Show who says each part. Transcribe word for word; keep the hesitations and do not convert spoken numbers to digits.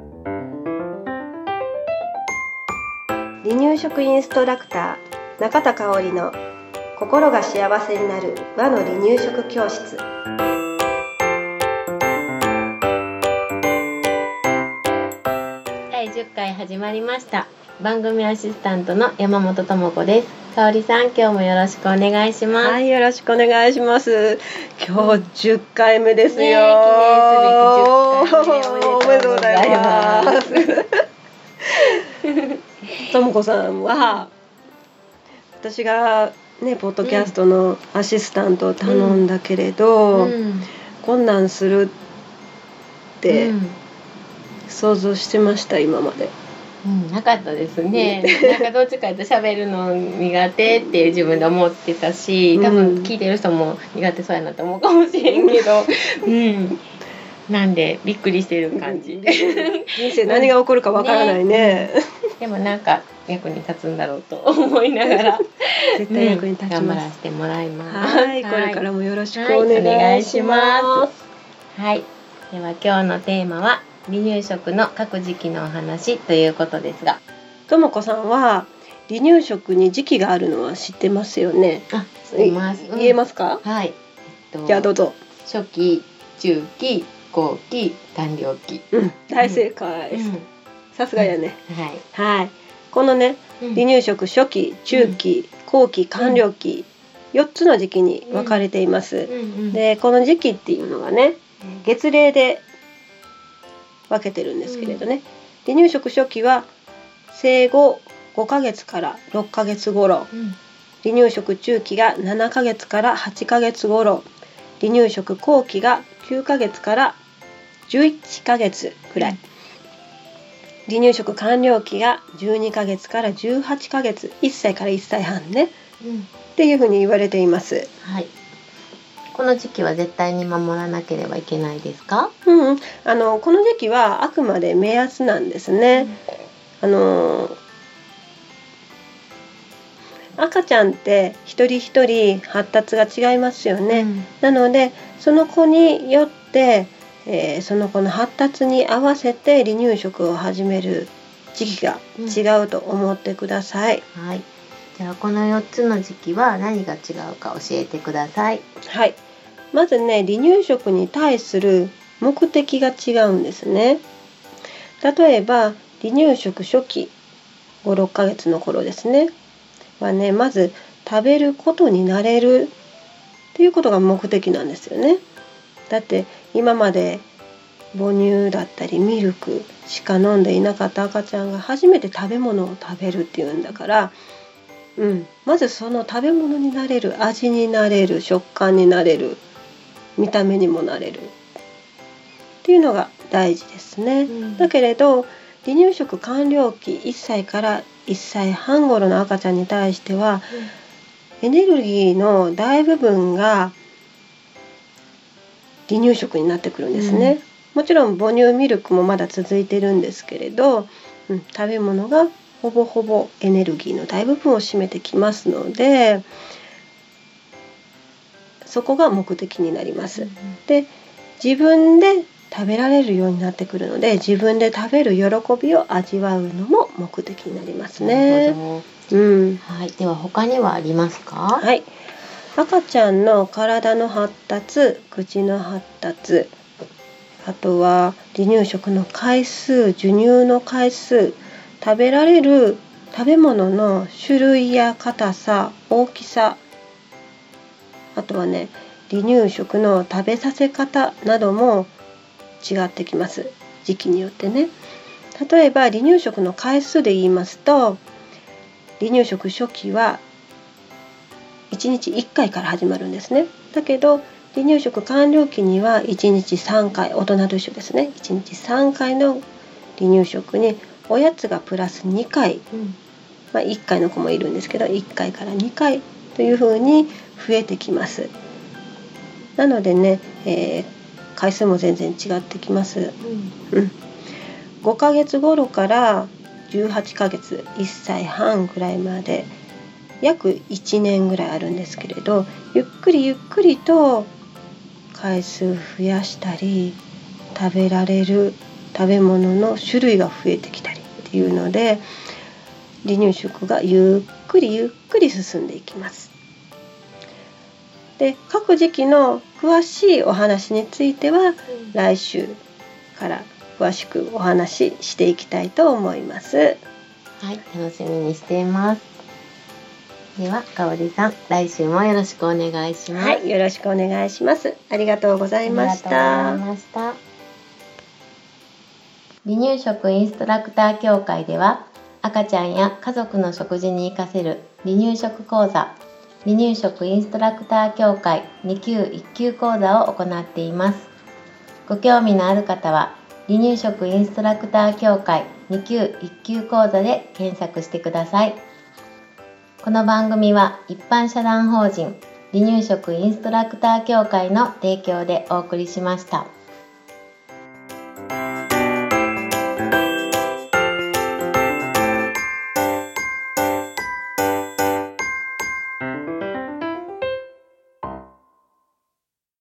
Speaker 1: 離乳食インストラクター中田香織の心が幸せになる和の離乳食教室。
Speaker 2: だいじゅっかい始まりました。番組アシスタントの山本智子です。香織さん、今日もよろしくお願いします。
Speaker 1: はい、よろしくお願いします。今日じゅっかいめですよ、ね、
Speaker 2: 記念すべきじゅっかいめおめでとうございます
Speaker 1: 智子さんは私がねポッドキャストのアシスタントを頼んだけれど、うんうん、こんなんするって想像してました今まで。
Speaker 2: うん、なかったですね。なんかどっちかというと喋るの苦手って自分で思ってたし、多分聞いてる人も苦手そうやなと思うかもしれんけど、うん、なんでびっくりしてる感じ。
Speaker 1: 人生何が起こるかわからないね。ね、
Speaker 2: でもなんか役に立つんだろうと思いながら
Speaker 1: 絶対役に立ちます、
Speaker 2: うん、頑張らせてもらいます。
Speaker 1: はい、これからもよろしくお願いします。
Speaker 2: はい、では今日のテーマは離乳食の各時期のお話ということですが、
Speaker 1: ともこさんは離乳食に時期があるのは知ってますよね。
Speaker 2: あ、知ってます、うん、
Speaker 1: 言えますか？
Speaker 2: はい、えっと、
Speaker 1: じゃあどうぞ。
Speaker 2: 初期、中期、後期、完了期、
Speaker 1: うん、大正解です、うん、さすがやね、
Speaker 2: うん、はい、
Speaker 1: はい、このね、うん、離乳食初期、中期、うん、後期、完了期、うん、よっつの時期に分かれています、うんうんうん、でこの時期っていうのがね月齢で分けてるんですけれどね、うん、離乳食初期は生後ごかげつからろっかげつ頃、うん、離乳食中期がななかげつからはちかげつ頃、離乳食後期がきゅうかげつからじゅういっかげつくらい、うん、離乳食完了期がじゅうにかげつからじゅうはちかげつ、いっさいからいっさいはんね、うん、っていうふうに言われています。
Speaker 2: はい、この時期は絶対に守らなければいけないですか？
Speaker 1: うん、あのこの時期はあくまで目安なんですね、うん、あの赤ちゃんって一人一人発達が違いますよね、うん、なのでその子によって、えー、その子の発達に合わせて離乳食を始める時期が違うと思ってください、
Speaker 2: うん、はい、じゃあこのよっつの時期は何が違うか教えてください。
Speaker 1: はい、まずね離乳食に対する目的が違うんですね。例えば離乳食初期ご、ろっかげつの頃ですねはね、まず食べることに慣れるっていうことが目的なんですよね。だって今まで母乳だったりミルクしか飲んでいなかった赤ちゃんが初めて食べ物を食べるっていうんだから、うん、まずその食べ物に慣れる、味に慣れる、食感に慣れる、見た目にも慣れるっていうのが大事ですね、うん、だけれど離乳食完了期いっさいからいっさいはん頃の赤ちゃんに対しては、うん、エネルギーの大部分が離乳食になってくるんですね、うん、もちろん母乳ミルクもまだ続いてるんですけれど、うん、食べ物がほぼほぼエネルギーの大部分を占めてきますので、そこが目的になります、うん、で自分で食べられるようになってくるので自分で食べる喜びを味わうのも目的になりますね。なるほど、うん、
Speaker 2: はい、では他にはありますか？
Speaker 1: はい、赤ちゃんの体の発達、口の発達、あとは離乳食の回数、授乳の回数、食べられる食べ物の種類や硬さ、大きさ、あとはね離乳食の食べさせ方なども違ってきます、時期によってね。例えば離乳食の回数で言いますと、離乳食初期はいちにちいっかいから始まるんですね。だけど離乳食完了期にはいちにちさんかい、大人と一緒ですね、いちにちさんかいの離乳食におやつがプラスにかい、うん、まあ、いっかいの子もいるんですけどいっかいからにかいというふうに増えてきます。なのでね、えー、回数も全然違ってきます、うんうん、ごかげつ頃からじゅうはちかげつ、いっさいはんぐらいまで約いちねんぐらいあるんですけれど、ゆっくりゆっくりと回数増やしたり食べられる食べ物の種類が増えてきたりっていうので、離乳食がゆっくりゆっくり進んでいきます。で、各時期の詳しいお話については、うん、来週から詳しくお話ししていきたいと思います。
Speaker 2: はい、楽しみにしています。では、かおりさん、来週もよろしくお願いします。
Speaker 1: はい、よろしくお願いします。ありがとうございました。
Speaker 2: ありがとうございました。離乳食インストラクター協会では、赤ちゃんや家族の食事に活かせる離乳食講座、離乳食インストラクター協会に級いっ級講座を行っています。ご興味のある方は、離乳食インストラクター協会に級いっ級講座で検索してください。この番組は一般社団法人離乳食インストラクター協会の提供でお送りしました。